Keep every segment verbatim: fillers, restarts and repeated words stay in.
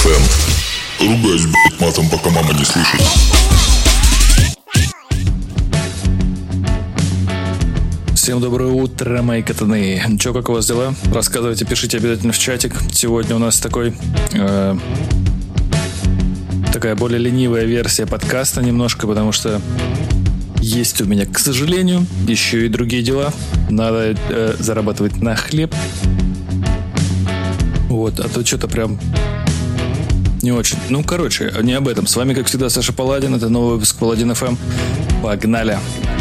эм. Ругаюсь, блять, матом, пока мама не слышит. Всем доброе утро, мои катаны. Чё, как у вас дела? Рассказывайте, пишите обязательно в чатик. Сегодня у нас такой э, такая более ленивая версия подкаста немножко, потому что есть у меня, к сожалению, еще и другие дела. Надо э, зарабатывать на хлеб. Вот, а то что-то прям не очень. Ну, короче, не об этом. С вами, как всегда, Саша Паладин. Это новый выпуск Паладин эф эм. Погнали!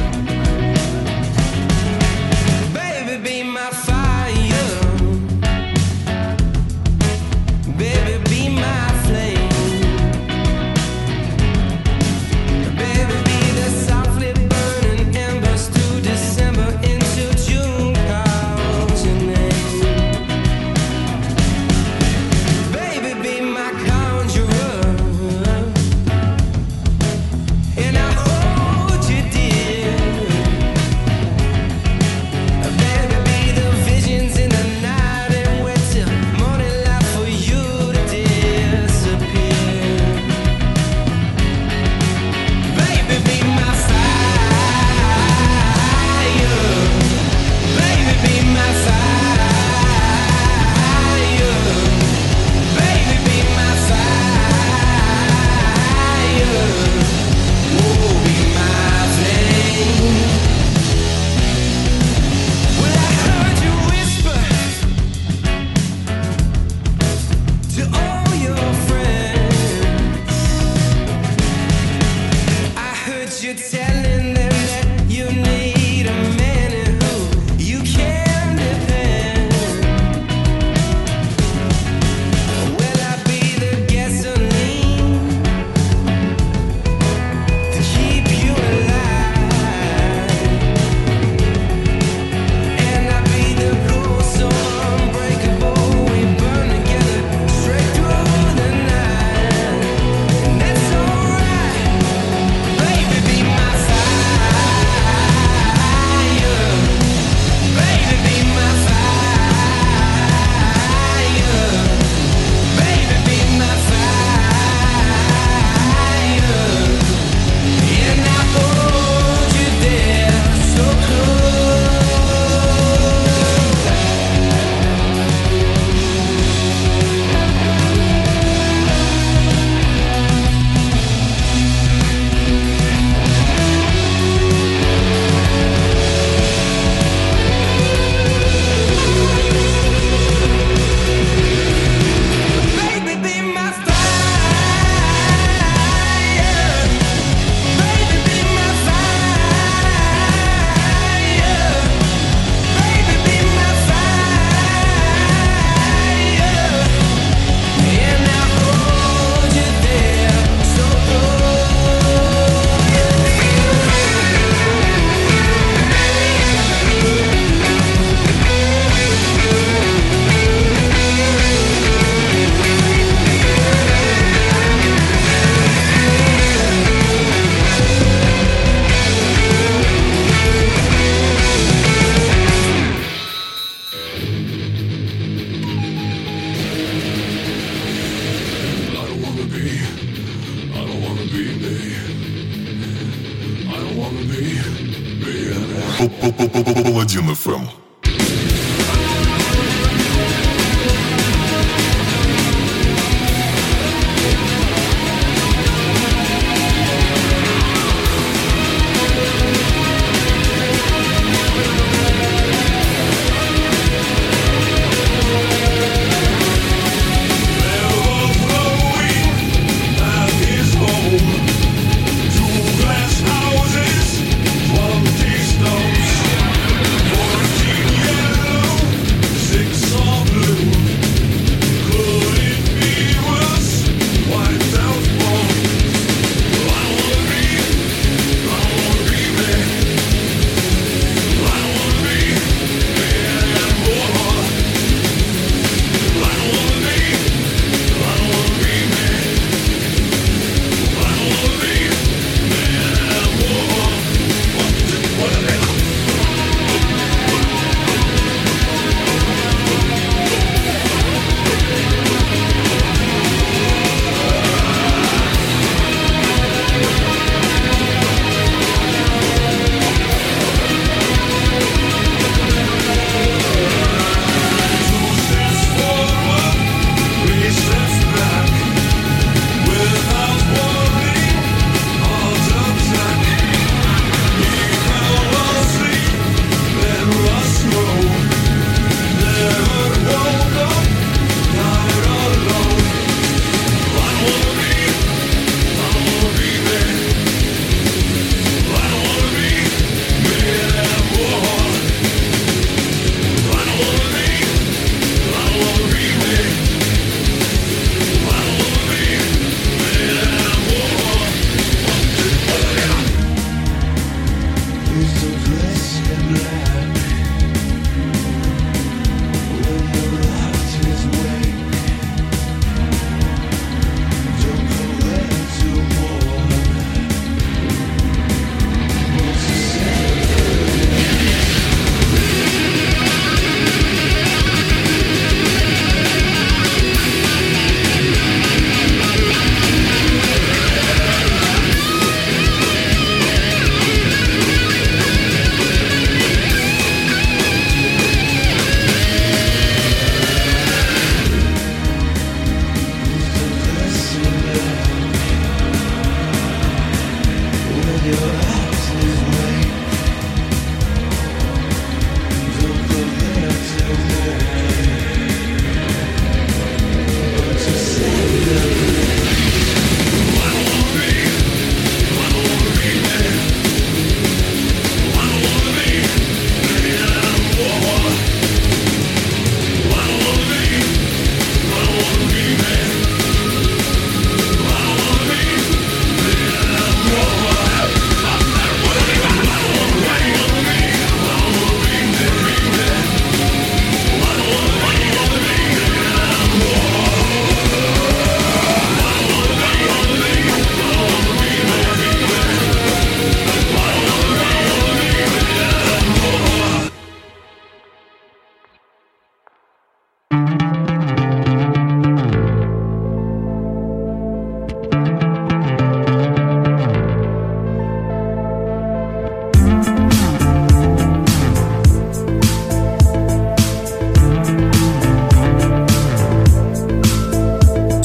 Паладин эф эм. Two glass houses, one distance, forty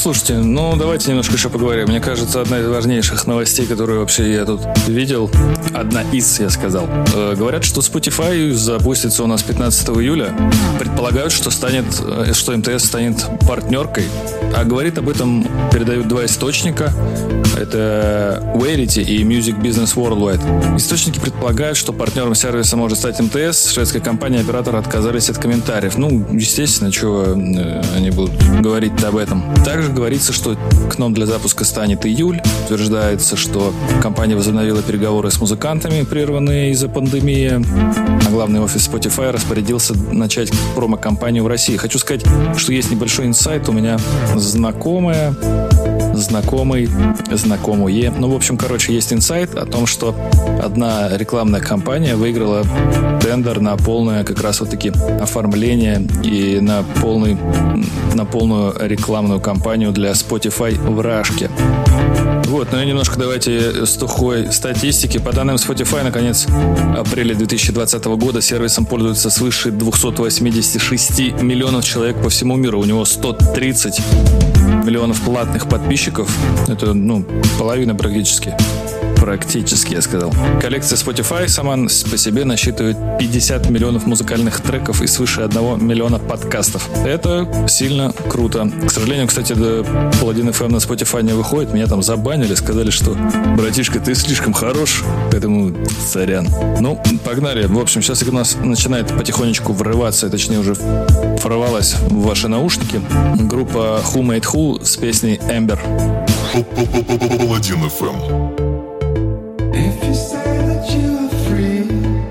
Слушайте, ну давайте немножко еще поговорим. Мне кажется, одна из важнейших новостей, которую вообще я тут видел, одна из, я сказал. Э, говорят, что Spotify запустится у нас пятнадцатого июля. Предполагают, что станет, что эм тэ эс станет партнеркой. А говорит об этом, передают два источника. Это Verity и Music Business Worldwide. Источники предполагают, что партнером сервиса может стать эм тэ эс. Шведская компания и оператор отказались от комментариев. Ну, естественно, чего они будут говорить-то об этом. Также говорится, что окном для запуска станет июль. Утверждается, что компания возобновила переговоры с музыкантами, прерванные из-за пандемии. А главный офис Spotify распорядился начать промо-кампанию в России. Хочу сказать, что есть небольшой инсайт. У меня знакомая, знакомый, знакомые. Ну, в общем, короче, есть инсайт о том, что одна рекламная компания выиграла тендер на полное как раз вот таки оформление и на, полный, на полную рекламную кампанию для Spotify в Рашке. Вот, ну и немножко давайте с тухой статистики. По данным Spotify, на конец апреля две тысячи двадцатого года сервисом пользуются свыше двести восемьдесят шесть миллионов человек по всему миру. У него сто тридцать миллионов платных подписчиков. Это, ну, половина практически. Практически, я сказал. Коллекция Spotify сама по себе насчитывает пятьдесят миллионов музыкальных треков и свыше одного миллиона подкастов. Это сильно круто. К сожалению, кстати, до Паладин эф эм на Spotify не выходит. Меня там забанили, сказали, что братишка, ты слишком хорош, поэтому сорян. Ну, погнали. В общем, сейчас у нас начинает потихонечку врываться, точнее уже ворвалась в ваши наушники группа Who Made Who с песней Ember. Паладин эф эм. If you say that you are free,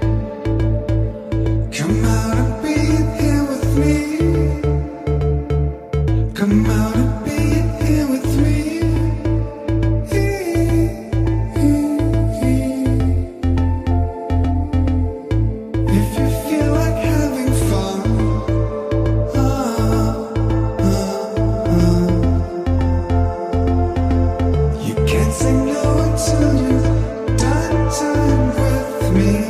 come out and be here with me. Come out and be here with me. If you feel like having fun, ah, ah, ah. You can't say no until you time with me.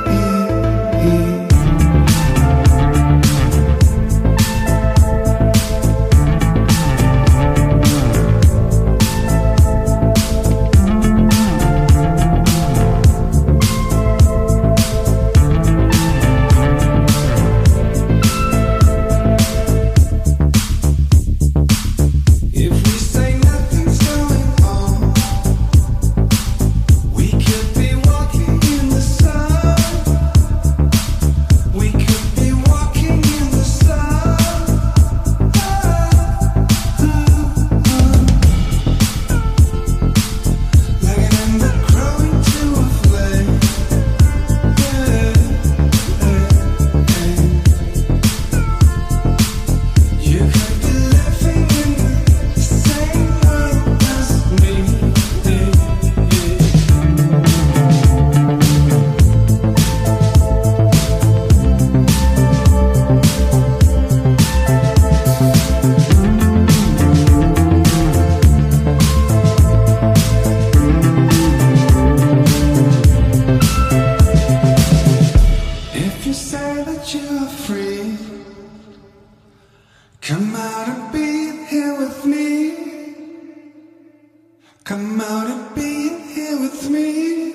Come out and be here with me.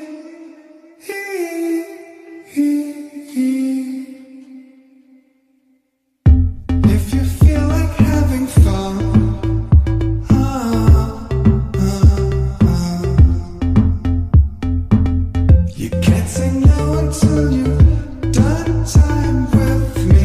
If you feel like having fun, ah, ah, ah. You can't say no until you've done time with me.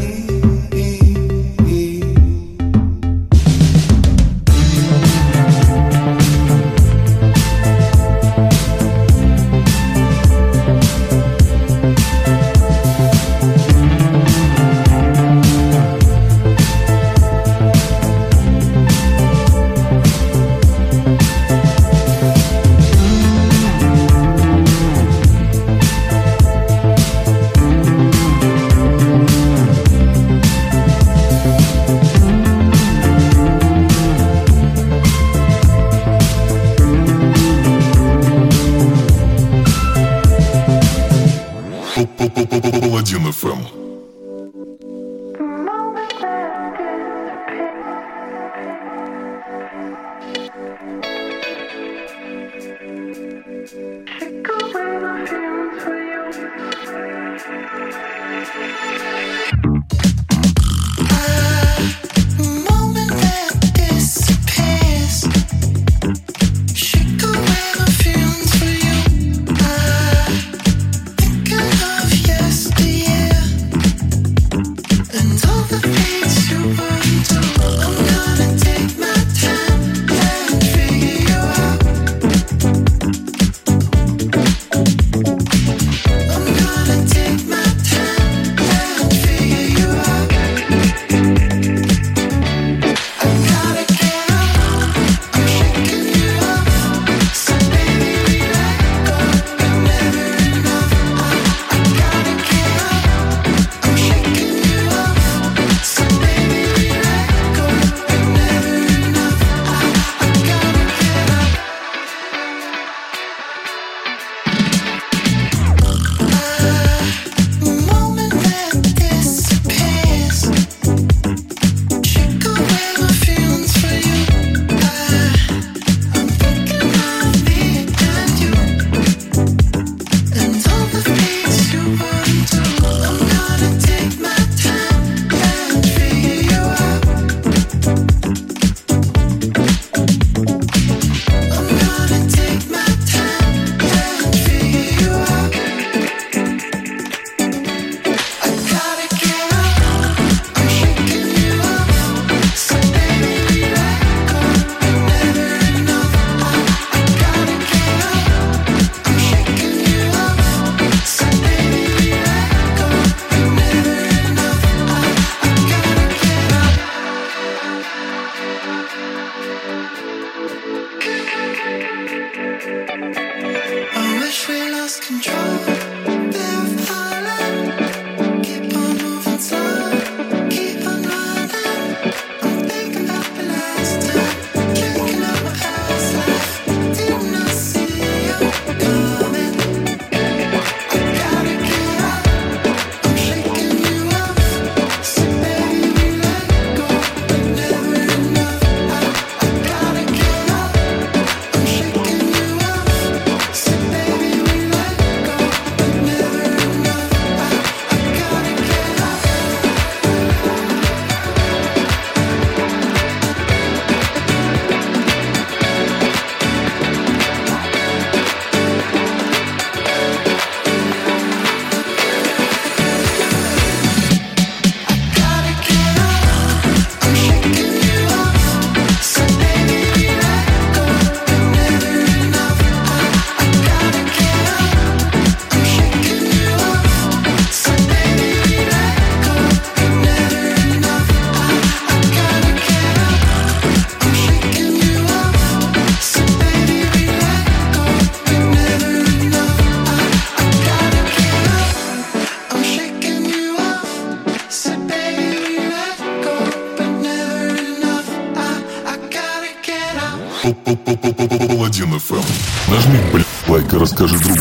Паладин эф эм. Нажми, блядь, лайк и расскажи другу.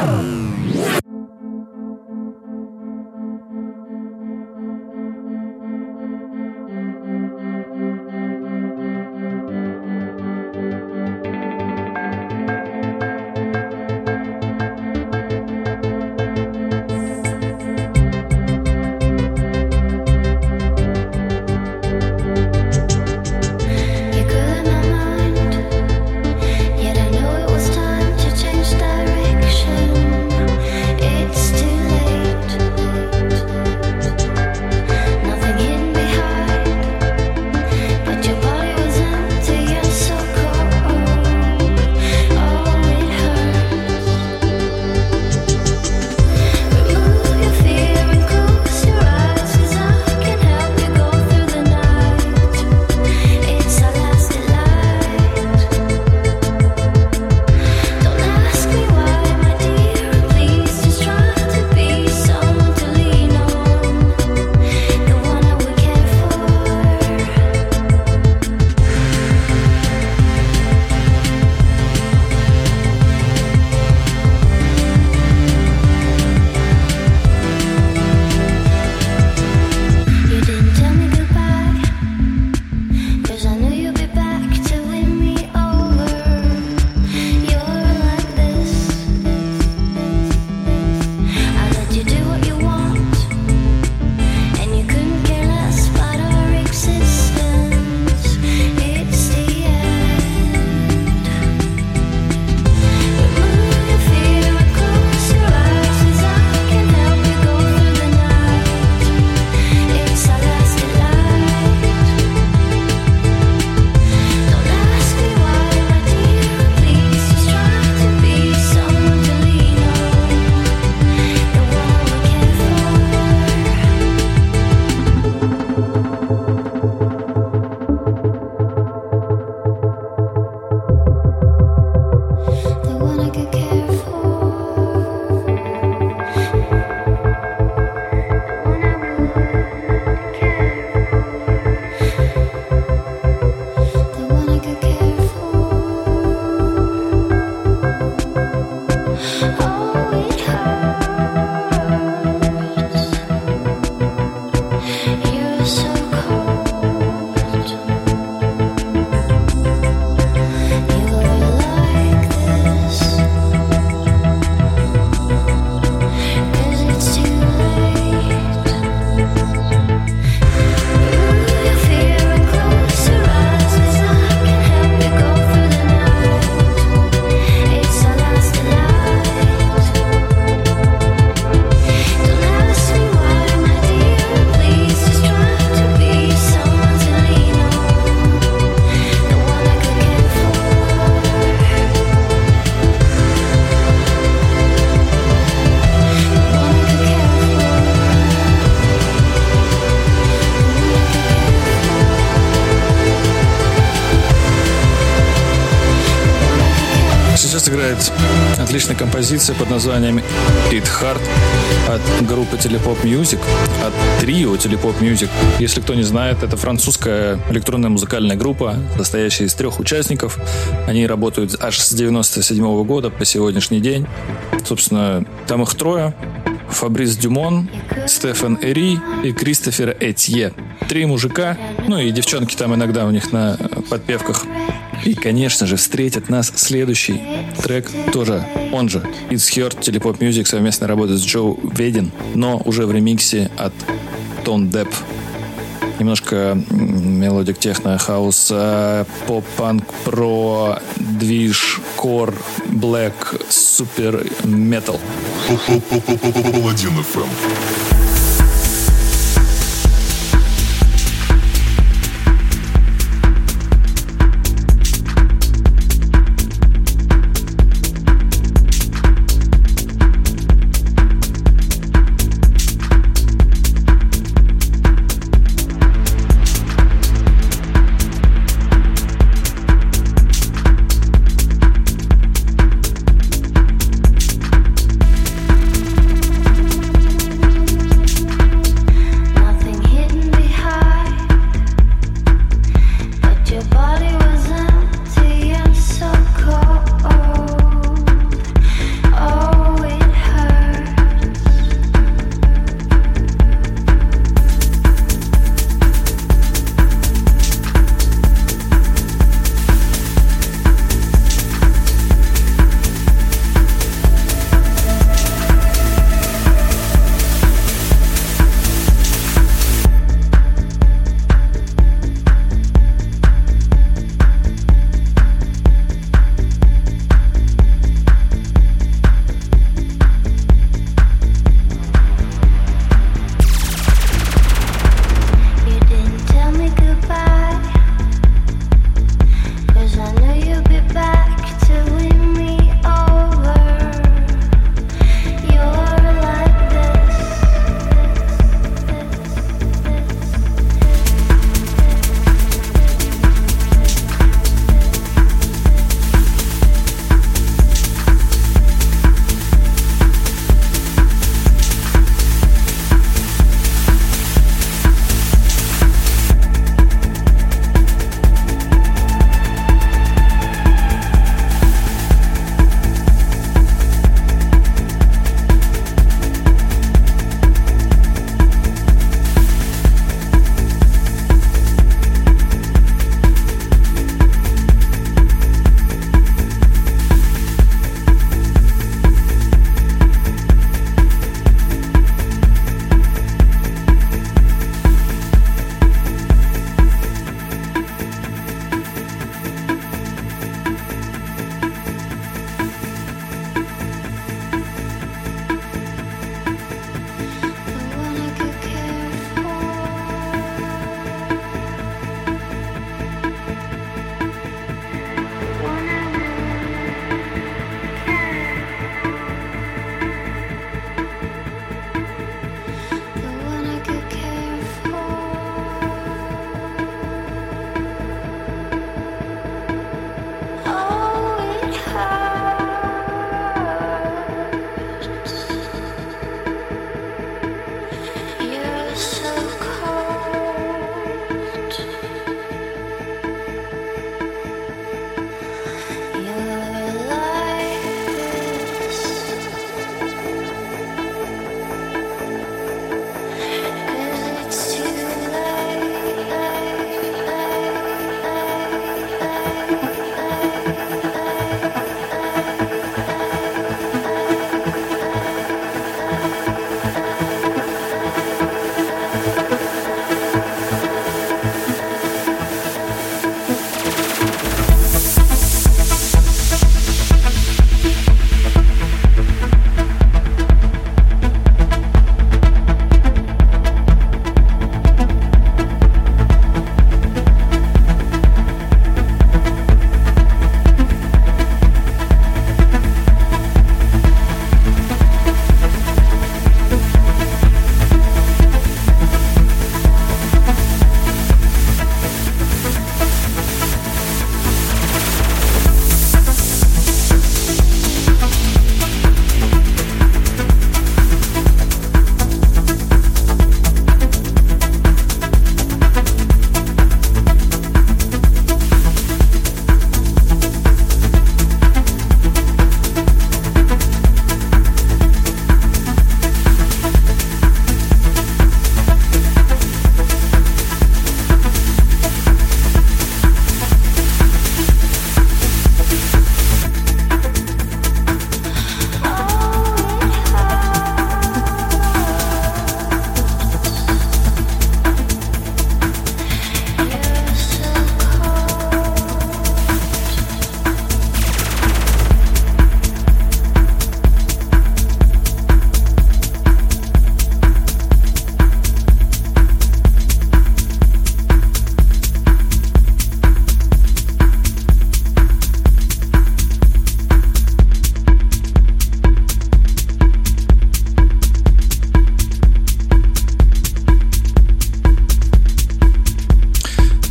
Сейчас играет отличная композиция под названием It Hard от группы Telepop Music, от трио Telepop Music. Если кто не знает, это французская электронная музыкальная группа, состоящая из трех участников. Они работают аж с девяносто седьмого года по сегодняшний день. Собственно, там их трое. Фабрис Дюмон, Стефан Эри и Кристофер Этье. Три мужика, ну и девчонки там иногда у них на подпевках. И, конечно же, встретит нас следующий трек, тоже он же It's Heard. Telepop Music совместно работает с Джо Ведин, но уже в ремиксе от Tone Depp. Немножко мелодик техно, хаус, поп-панк, про, движ, кор, блэк, супер метал. Паладин эф эм.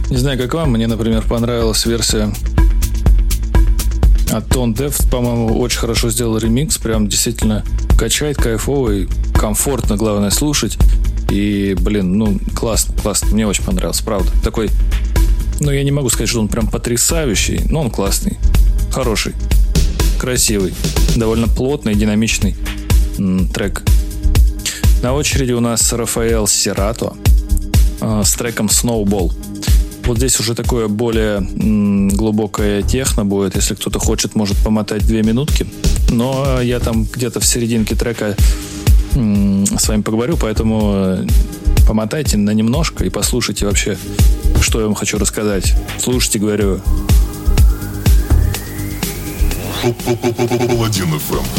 Не знаю, как вам, мне, например, понравилась версия от Tone Deaf, по-моему, очень хорошо сделал ремикс, прям действительно качает, кайфовый, комфортно, главное, слушать. И, блин, ну, классно, классно, мне очень понравился, правда. Такой, ну, я не могу сказать, что он прям потрясающий, но он классный, хороший, красивый, довольно плотный, динамичный м, трек. На очереди у нас Рафаэл Серато э, с треком Snowball. Вот здесь уже такое более м, глубокое техно будет. Если кто-то хочет, может помотать две минутки. Но я там где-то в серединке трека м, с вами поговорю, поэтому помотайте на немножко и послушайте вообще, что я вам хочу рассказать. Слушайте, говорю. Паладин эф эм.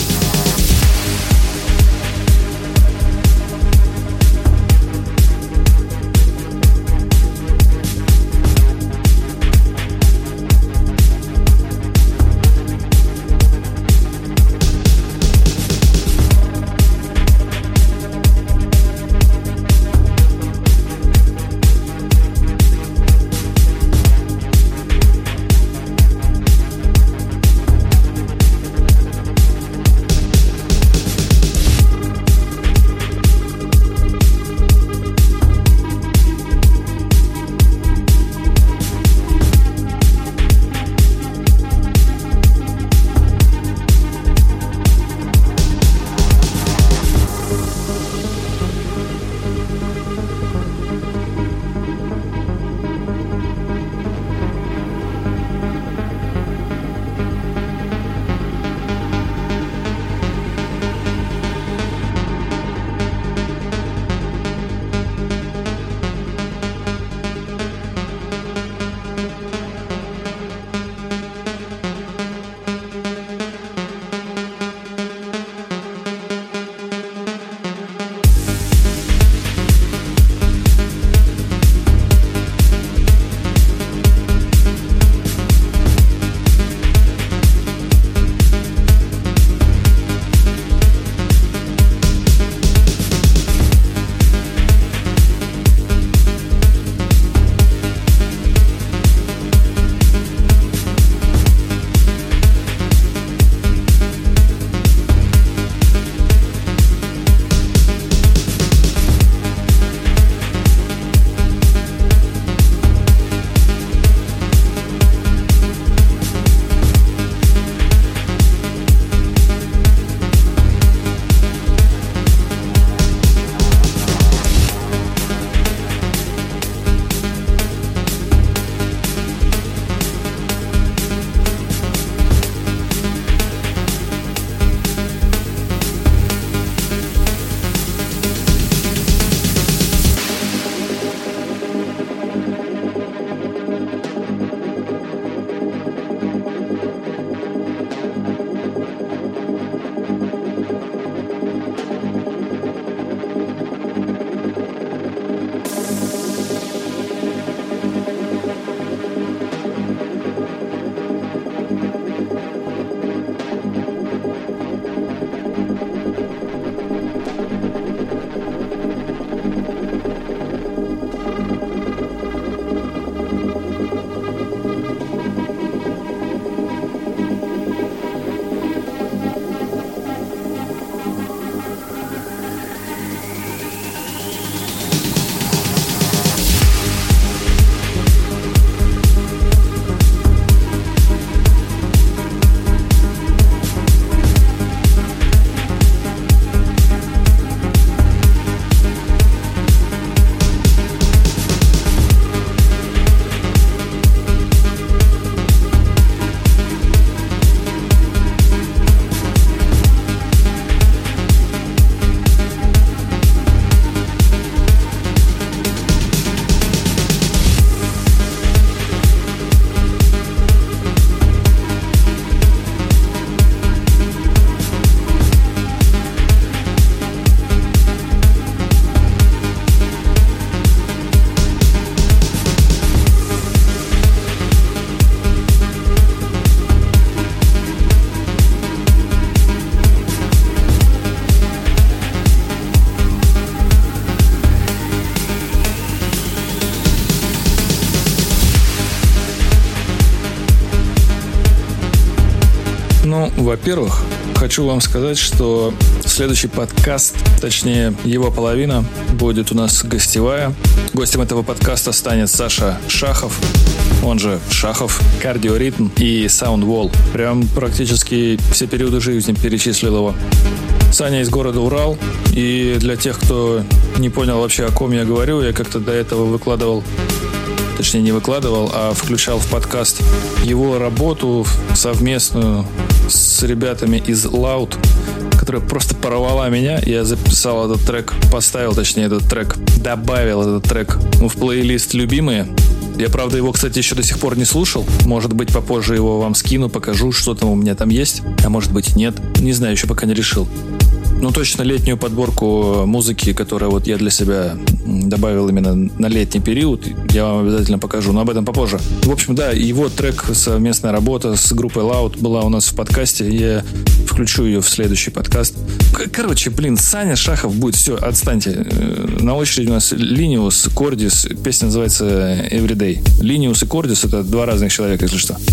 Ну, во-первых, хочу вам сказать, что следующий подкаст, точнее его половина, будет у нас гостевая. Гостем этого подкаста станет Саша Шахов, он же Шахов, Кардиоритм и Soundwall. Прям практически все периоды жизни перечислил его. Саня из города Урал, и для тех, кто не понял вообще, о ком я говорю, я как-то до этого выкладывал, точнее не выкладывал, а включал в подкаст его работу совместную с ребятами из Loud, которая просто порвала меня. Я записал этот трек, поставил, точнее этот трек, добавил этот трек в плейлист «Любимые». Я, правда, его, кстати, еще до сих пор не слушал. Может быть, попозже его вам скину, покажу, что там у меня там есть. А может быть, нет. Не знаю, еще пока не решил. Ну, точно летнюю подборку музыки, которую вот я для себя добавил именно на летний период, я вам обязательно покажу, но об этом попозже. В общем, да, его трек, совместная работа с группой Loud была у нас в подкасте. Я включу ее в следующий подкаст. Короче, блин, Саня Шахов будет. Все, отстаньте. На очереди у нас Линиус, Кордис. Песня называется Everyday. Линиус и Кордис — это два разных человека, если что.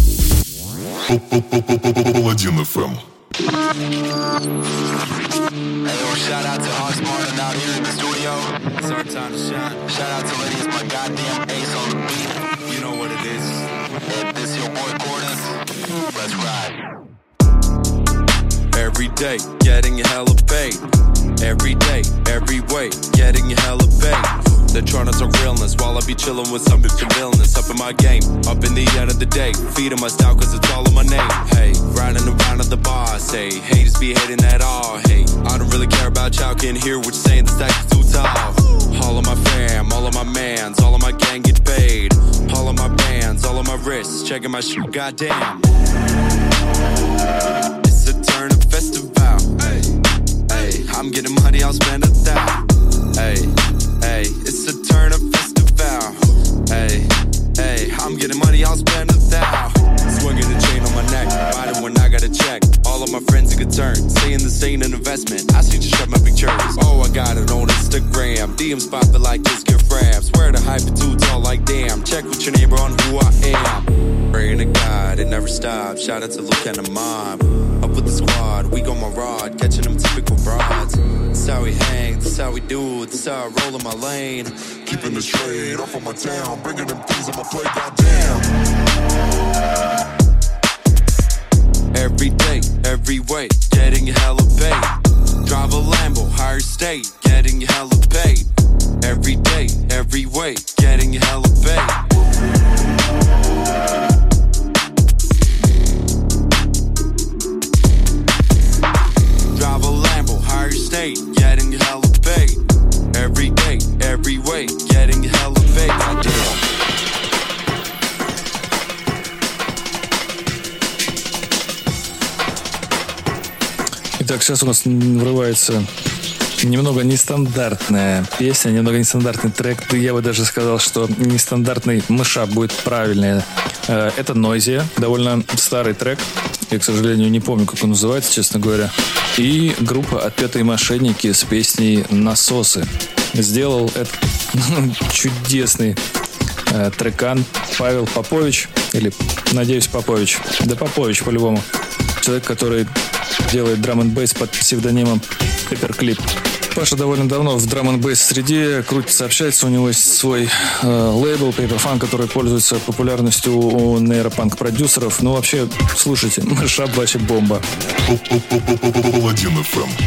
Паладин эф эм. Hey, yo, shout out to Hawks Martin out here in the studio. It's our time to shine. Shout out to Ladies, my goddamn ace on the beat. You know what it is. And this your boy Cordis. Let's ride. Every day, getting hella paid. Every day, every way, getting hella paid. They're trying to talk realness while I be chillin' with some bitch and illness. Up in my game, up in the end of the day. Feeding my style cause it's all in my name. Hey, riding around at the bar, say, haters be hating that all. Hey, I don't really care about y'all, can't hear what you're saying, the stack is too tall. All of my fam, all of my mans, all of my gang get paid. All of my bands, all of my wrists, checking my shit, goddamn. It's a turn of festival. Hey, hey, I'm getting money, I'll spend a thousand. Hey, hey, it's a turn of festival. Hey, hey, I'm getting money, I'll spend a thousand. Swinging the chain on my neck, riding when I got a check. All of my friends are concerned, saying this ain't an investment. I see you shut my pictures. Oh, I got it on Instagram. D Ms popping like this, get framed. Swear the hype is too tall, like damn. Check with your neighbor on who I am. Praying to God, it never stops. Shout out to Luke and the mob. Up with the squad, we go my rod, catching them typical broads. This how we hang, this how we do it, this how I roll in my lane. Keeping the shade off of my town, bringing them things on my plate, goddamn. Every day, every way, getting hella paid. Drive a Lambo, higher state, getting hella paid. Every day, every way, getting hella paid. Drive a Lambo, higher state, getting hella paid. Every day, every way, getting hella paid. Goddamn. Итак, сейчас у нас врывается немного нестандартная песня, немного нестандартный трек. Я бы даже сказал, что нестандартный мышап будет правильнее. Это Noisia, довольно старый трек. Я, к сожалению, не помню, как он называется, честно говоря. И группа «Отпетые мошенники» с песней «Насосы». Сделал этот чудесный э, трекан Павел Попович. Или, надеюсь, Попович. Да, Попович, по-любому. Человек, который делает драм-н-бейс под псевдонимом Пепперклип. Паша довольно давно в драм-н-бейс среде крутится, общается. У него есть свой э, лейбл Paperfun, который пользуется популярностью у нейропанк-продюсеров. Ну, вообще, слушайте, мышап вообще бомба. Паладин эф эм.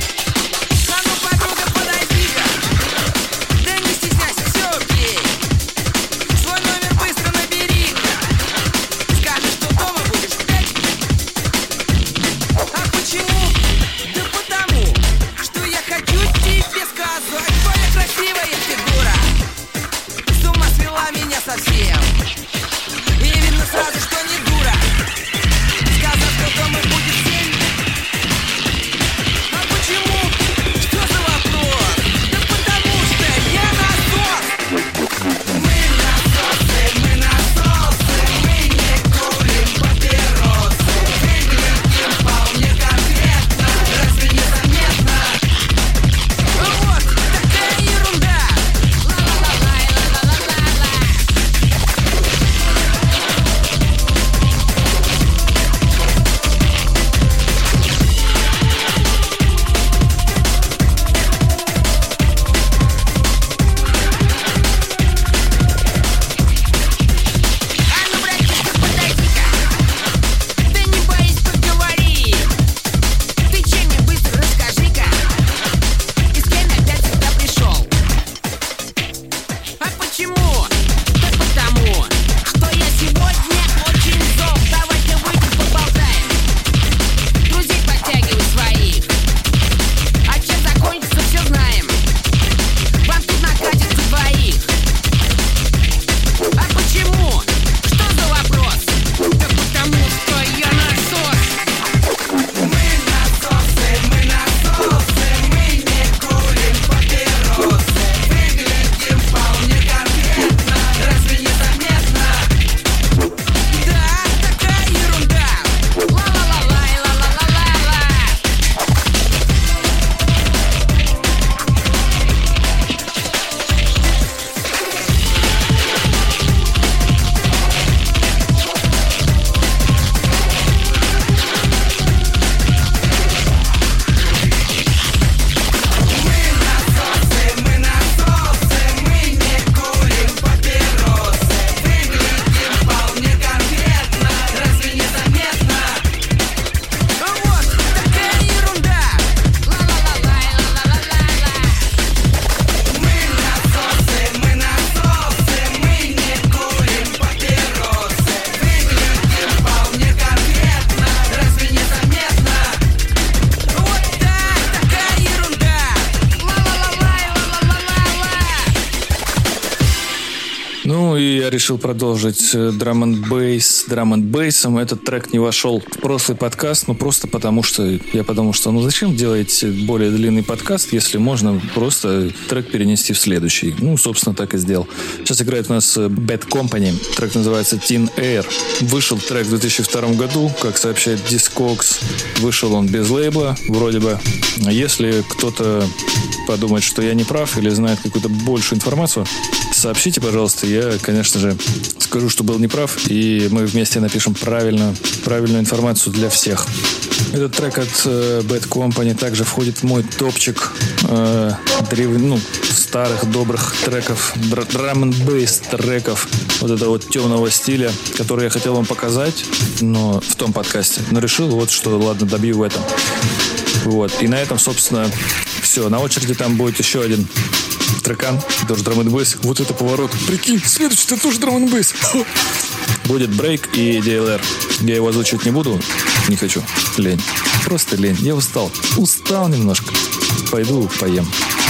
решил продолжить драм энд бейс, драм энд бейсом. Этот трек не вошел в прошлый подкаст, ну просто потому что я подумал, что ну зачем делать более длинный подкаст, если можно просто трек перенести в следующий. Ну, собственно, так и сделал. Сейчас играет у нас Bad Company. Трек называется Teen Air. Вышел трек в две тысячи втором году, как сообщает Discogs. Вышел он без лейбла, вроде бы. Если кто-то подумает, что я не прав или знает какую-то большую информацию, сообщите, пожалуйста. Я, конечно же, скажу, что был неправ, и мы вместе напишем правильную, правильную информацию для всех. Этот трек от э, Bad Company также входит в мой топчик э, древ... ну, старых добрых треков, драм энд бейс треков вот этого вот темного стиля, который я хотел вам показать, но в том подкасте. Но решил вот, что ладно, добью в этом. Вот. И на этом, собственно, все. На очереди там будет еще один трекан, тоже драм энд бейс. Вот это поворот. Прикинь, следующий это тоже драм энд бейс. Будет Break и ди эл ар. Я его озвучивать не буду. Не хочу. Лень. Просто лень. Я устал. Устал немножко. Пойду поем.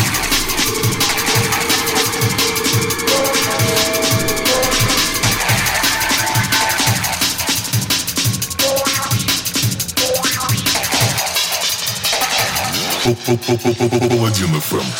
Паладин эф эм.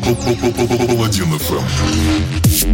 Паладин эф эм.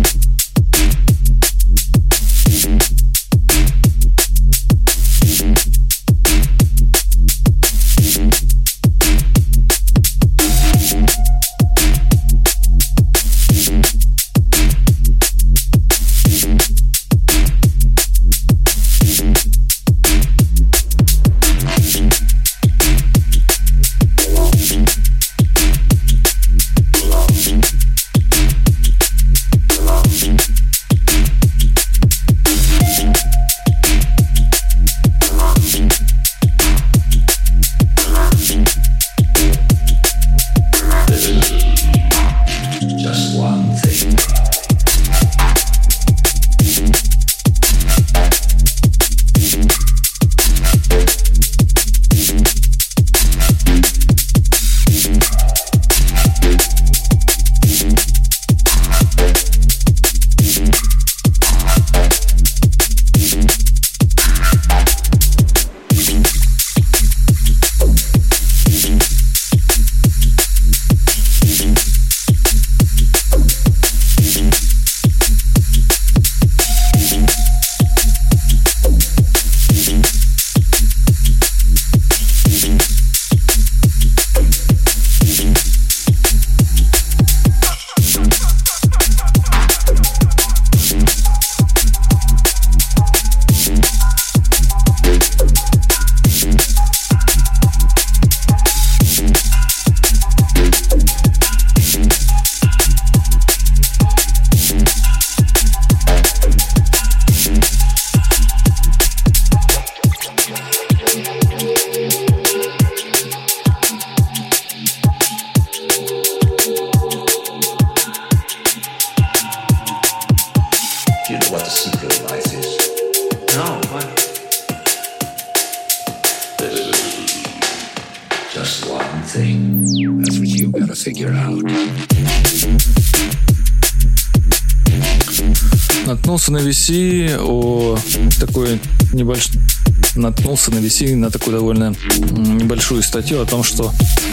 Наткнулся на ви си о такой небольш... наткнулся на ви си на такую довольно небольшую статью о том, что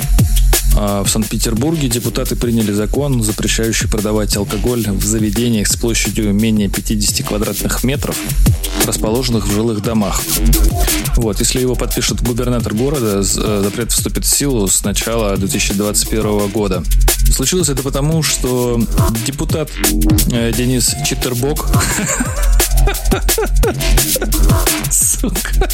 в Санкт-Петербурге депутаты приняли закон, запрещающий продавать алкоголь в заведениях с площадью менее пятьдесят квадратных метров, расположенных в жилых домах. Вот, если его подпишет губернатор города, запрет вступит в силу с начала две тысячи двадцать первого года. Случилось это потому, что депутат Денис Читербок сука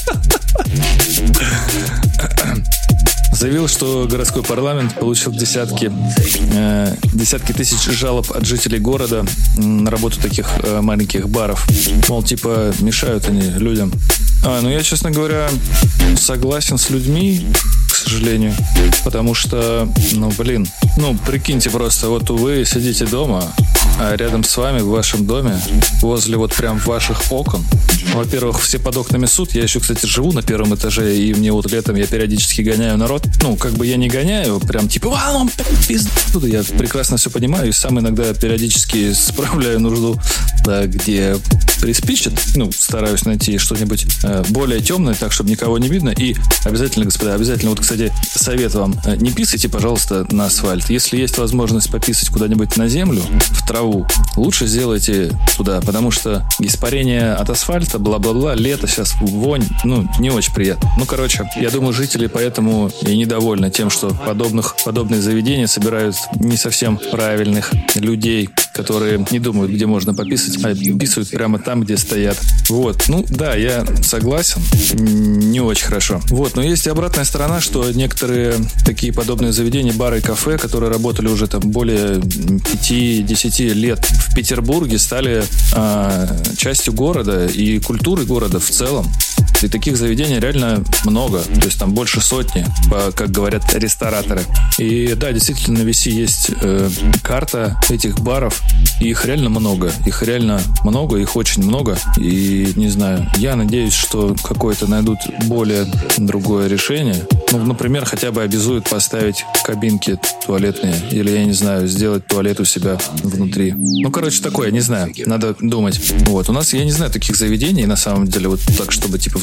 заявил, что городской парламент получил десятки, э, десятки тысяч жалоб от жителей города на работу таких э, маленьких баров. Мол, типа, мешают они людям. А, ну я, честно говоря, согласен с людьми, к сожалению. Потому что, ну, блин, ну, прикиньте просто, вот вы сидите дома, а рядом с вами, в вашем доме, возле вот прям ваших окон, во-первых, все под окнами суд. Я еще, кстати, живу на первом этаже, и мне вот летом я периодически гоняю народ. Ну, как бы я не гоняю, прям типа, а, он пизду. Я прекрасно все понимаю, и сам иногда периодически справляю нужду, да, где приспичит. Ну, стараюсь найти что-нибудь э, более темное, так, чтобы никого не видно. И обязательно, господа, обязательно, вот, кстати, совет вам, э, не писайте, пожалуйста, на асфальт. Если есть возможность пописать куда-нибудь на землю, в траву, лучше сделайте туда, потому что испарение от асфальта, бла-бла-бла, лето, сейчас вонь, ну, не очень приятно. Ну, короче, я думаю, жители поэтому и недовольны тем, что подобных, подобные заведения собирают не совсем правильных людей, которые не думают, где можно пописать, а писают прямо там, где стоят. Вот, ну, да, я согласен, не очень хорошо. Вот, но есть и обратная сторона, что некоторые такие подобные заведения, бары и кафе, которые работали уже там более пяти-десяти лет в Петербурге, стали а, частью города и культуры города в целом. И таких заведений реально много. То есть там больше сотни, по, как говорят рестораторы. И да, действительно, на ви си есть э, карта этих баров. И их реально много. Их реально много, их очень много. И не знаю, я надеюсь, что какое-то найдут более другое решение. Ну, например, хотя бы обязуют поставить кабинки туалетные. Или, я не знаю, сделать туалет у себя внутри. Ну, короче, такое, не знаю. Надо думать. Вот. У нас, я не знаю таких заведений, на самом деле, вот так, чтобы типа в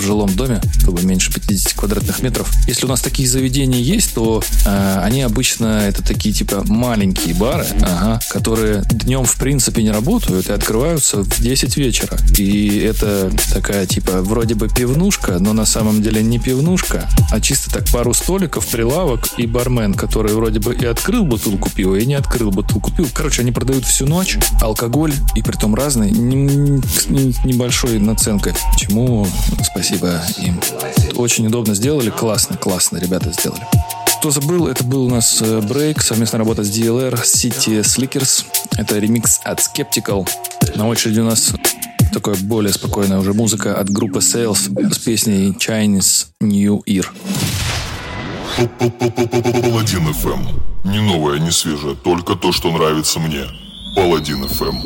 жилом доме, чтобы меньше пятьдесят квадратных метров. Если у нас такие заведения есть, то э, они обычно это такие типа маленькие бары, ага, которые днем в принципе не работают и открываются в десять вечера. И это такая типа вроде бы пивнушка, но на самом деле не пивнушка, а чисто так пару столиков, прилавок и бармен, который вроде бы и открыл бутылку пива, и не открыл бутылку пива. Короче, они продают всю ночь алкоголь, и притом разный, с небольшой наценкой. Чему спасибо им. Очень удобно сделали, классно, классно ребята сделали. Кто забыл, это был у нас Break, совместная работа с ди эл ар, City Slickers. Это ремикс от Skeptical. На очереди у нас такая более спокойная уже музыка от группы Sales с песней Chinese New Year. Паладин эф эм. Не новое, не свежее, только то, что нравится мне. Паладин эф эм.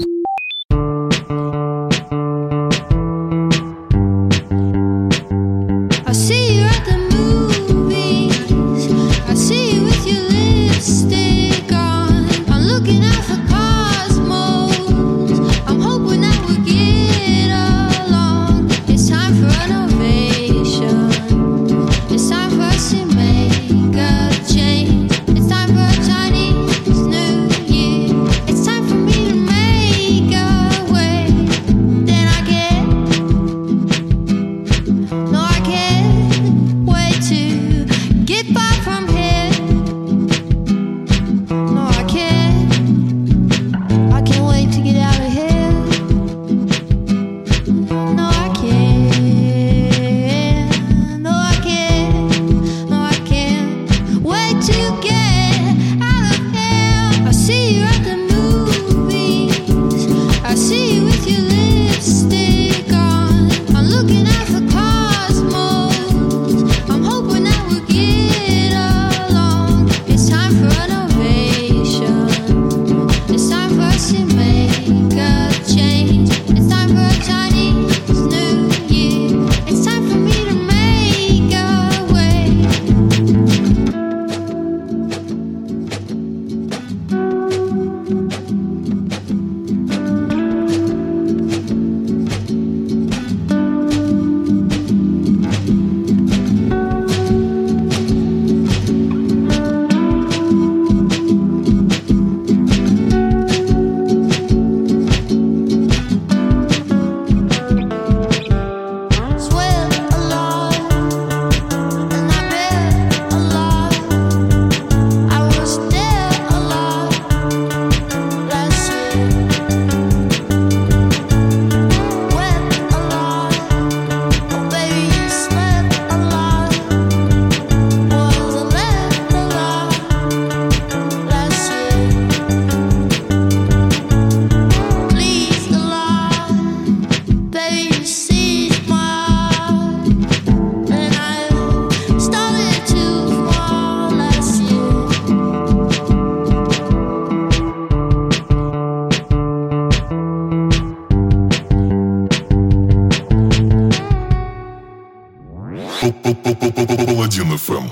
Паладин эф эм.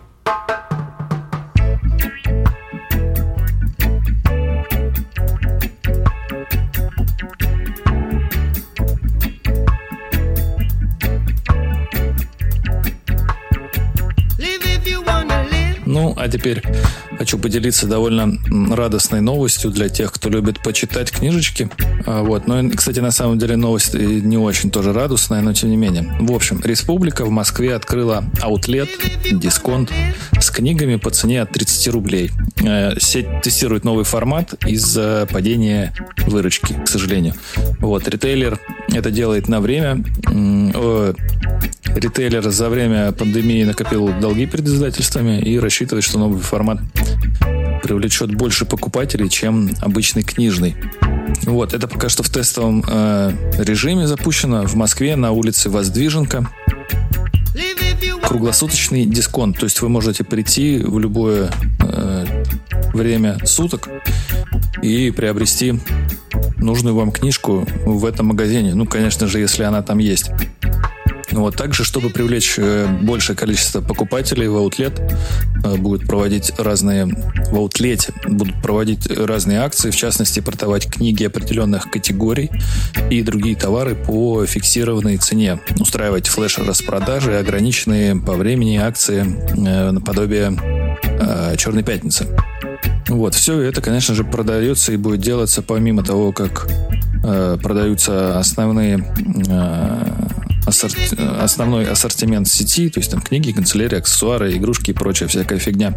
Ну, а теперь хочу поделиться довольно радостной новостью для тех, кто любит почитать книжечки. Вот. Ну, кстати, на самом деле новость не очень тоже радостная, но тем не менее. В общем, Республика в Москве открыла аутлет, дисконт с книгами по цене от тридцать рублей. Сеть тестирует новый формат из-за падения выручки, к сожалению. Вот. Ритейлер это делает на время... Ритейлер за время пандемии накопил долги перед издательствами и рассчитывает, что новый формат привлечет больше покупателей, чем обычный книжный. Вот, это пока что в тестовом э, режиме запущено в Москве на улице Воздвиженка. Круглосуточный дисконт, то есть вы можете прийти в любое э, время суток и приобрести нужную вам книжку в этом магазине. Ну, конечно же, если она там есть. Вот, также, чтобы привлечь большее количество покупателей в Outlet, будут проводить разные в Outlet будут проводить разные акции, в частности, продавать книги определенных категорий и другие товары по фиксированной цене, устраивать флеш-распродажи, ограниченные по времени акции наподобие э, Черной пятницы. Вот, все это, конечно же, продается и будет делаться помимо того, как э, продаются основные э, ассорти... основной ассортимент сети, то есть там книги, канцелярии, аксессуары, игрушки и прочая всякая фигня.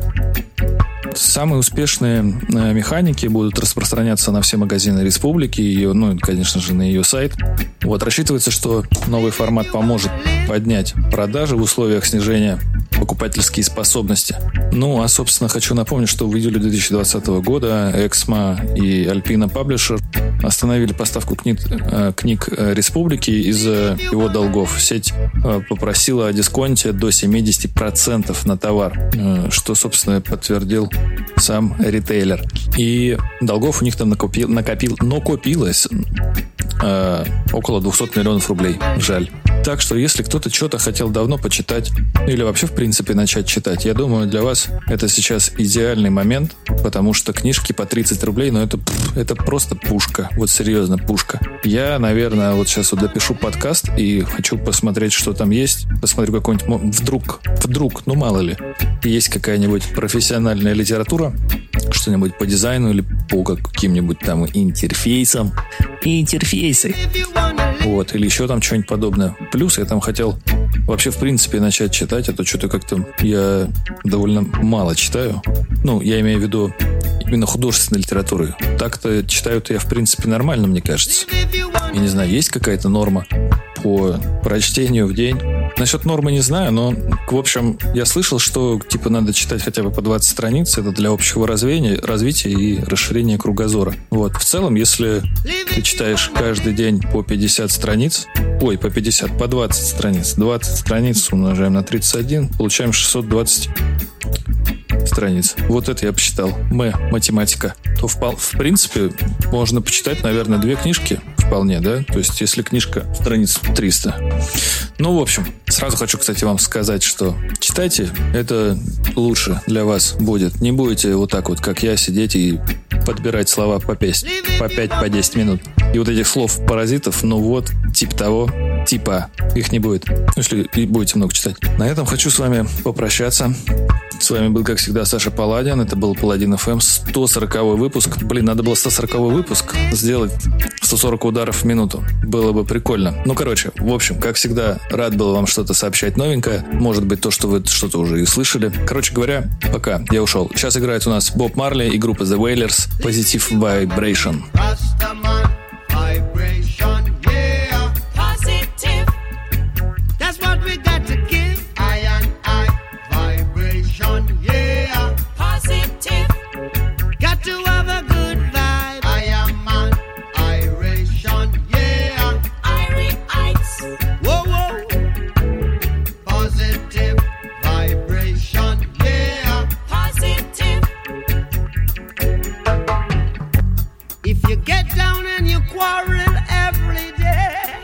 Самые успешные механики будут распространяться на все магазины республики, и, ну, конечно же, на ее сайт. Вот, рассчитывается, что новый формат поможет поднять продажи в условиях снижения покупательские способности. Ну, а, собственно, хочу напомнить, что в июле две тысячи двадцатого года Эксмо и Alpina Publisher остановили поставку книг, книг республики из-за его долгов. Сеть попросила о дисконте до семьдесят процентов на товар, что, собственно, подтвердил сам ритейлер. И долгов у них там накопил, накопил, накопилось э, около двести миллионов рублей. Жаль. Так что, если кто-то что-то хотел давно почитать или вообще, в принципе, начать читать, я думаю, для вас это сейчас идеальный момент, потому что книжки по тридцать рублей, ну, это, это просто пушка. Вот серьезно, пушка. Я, наверное, вот сейчас вот допишу подкаст и хочу посмотреть, что там есть. Посмотрю какой-нибудь... Вдруг, вдруг, ну, мало ли, есть какая-нибудь профессиональная литература, что-нибудь по дизайну или по каким-нибудь там интерфейсам. Интерфейсы. Вот, или еще там что-нибудь подобное. Плюс я там хотел вообще, в принципе, начать читать, а то что-то как-то я довольно мало читаю. Ну, я имею в виду именно художественной литературы. Так-то читаю-то я, в принципе, нормально, мне кажется. Я не знаю, есть какая-то норма по прочтению в день? Насчет нормы не знаю, но, в общем, я слышал, что, типа, надо читать хотя бы по двадцать страниц. Это для общего развития, развития и расширения кругозора. Вот. В целом, если ты читаешь каждый день по пятьдесят страниц, ой, по пятьдесят, по двадцать страниц, двадцать страниц умножаем на тридцать один, получаем шестьсот двадцать страниц. Вот это я посчитал. Мэ, математика. То, в, в принципе, можно почитать, наверное, две книжки вполне, да? То есть, если книжка страниц триста. Ну, в общем, сразу хочу, кстати, вам сказать, что читайте, это лучше для вас будет. Не будете вот так вот, как я, сидеть и подбирать слова по пять, по пять, по десять минут. И вот этих слов-паразитов, ну вот, типа того, типа, их не будет, если будете много читать. На этом хочу с вами попрощаться. С вами был, как всегда, Саша Паладин. Это был Паладин эф эм, сто сороковой выпуск. Блин, надо было сто сороковой выпуск сделать сто сорок ударов в минуту. Было бы прикольно. Ну, короче, в общем, как всегда, рад был вам что-то сообщать новенькое. Может быть, то, что вы что-то уже и слышали. Короче говоря, пока, я ушел. Сейчас играет у нас Боб Марли и группа The Wailers. Positive Vibration. Rastaman vibration, yeah. Positive. That's what we got to give. I and I vibration, yeah. Positive. Got to have a good vibe. I am an iration, yeah. Irites. Whoa, whoa. Positive vibration, yeah. Positive. If you get down and you quarrel every day,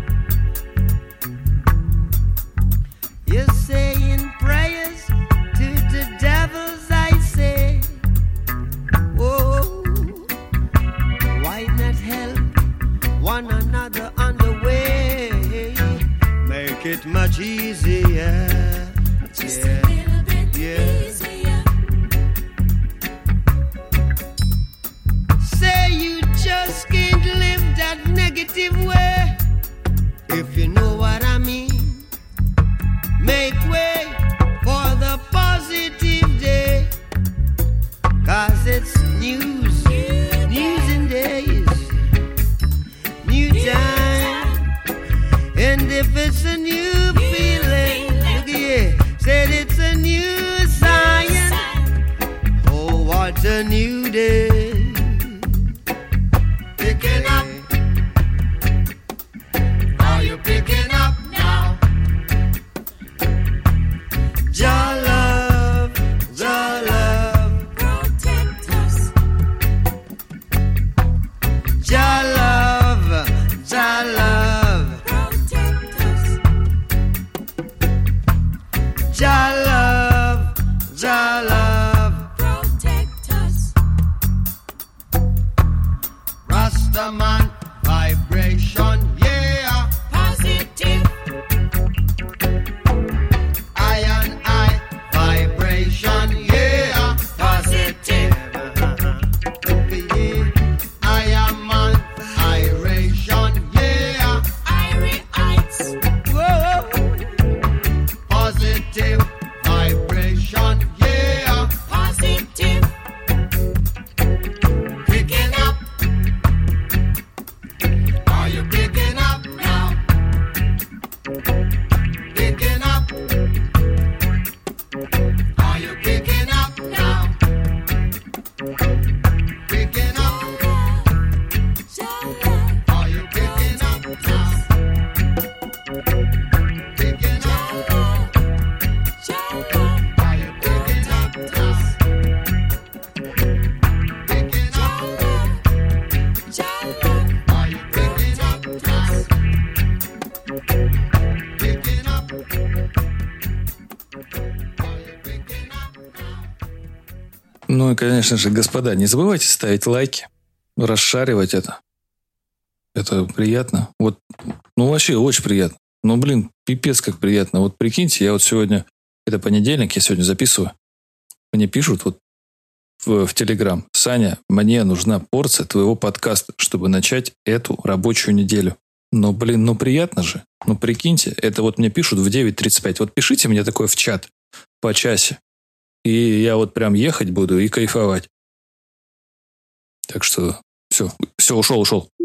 you're saying prayers to the devils, I say. Whoa, why not help one another on the way? Make it much easier. Just Yeah. a little bit Yeah. easier. Say you just can't live that negative way. If you know what I mean, make way for the positive day. Cause it's news, news and days, new time. And if it's a new feeling, look here, said it's a new science. Oh, what a new day. Picking up. Are you picking up now? Jah love, Jah love, Protect us. Jah love, Jah love. Protect us. Ну и, конечно же, господа, не забывайте ставить лайки, расшаривать это. Это приятно. Вот, ну вообще очень приятно. Ну, блин, пипец как приятно. Вот прикиньте, я вот сегодня, это понедельник, я сегодня записываю. Мне пишут вот в, в Телеграм: Саня, мне нужна порция твоего подкаста, чтобы начать эту рабочую неделю. Ну, блин, ну приятно же. Ну, прикиньте, это вот мне пишут в девять тридцать пять. Вот пишите мне такое в чат по часе. И я вот прям ехать буду и кайфовать. Так что все, все, ушел, ушел.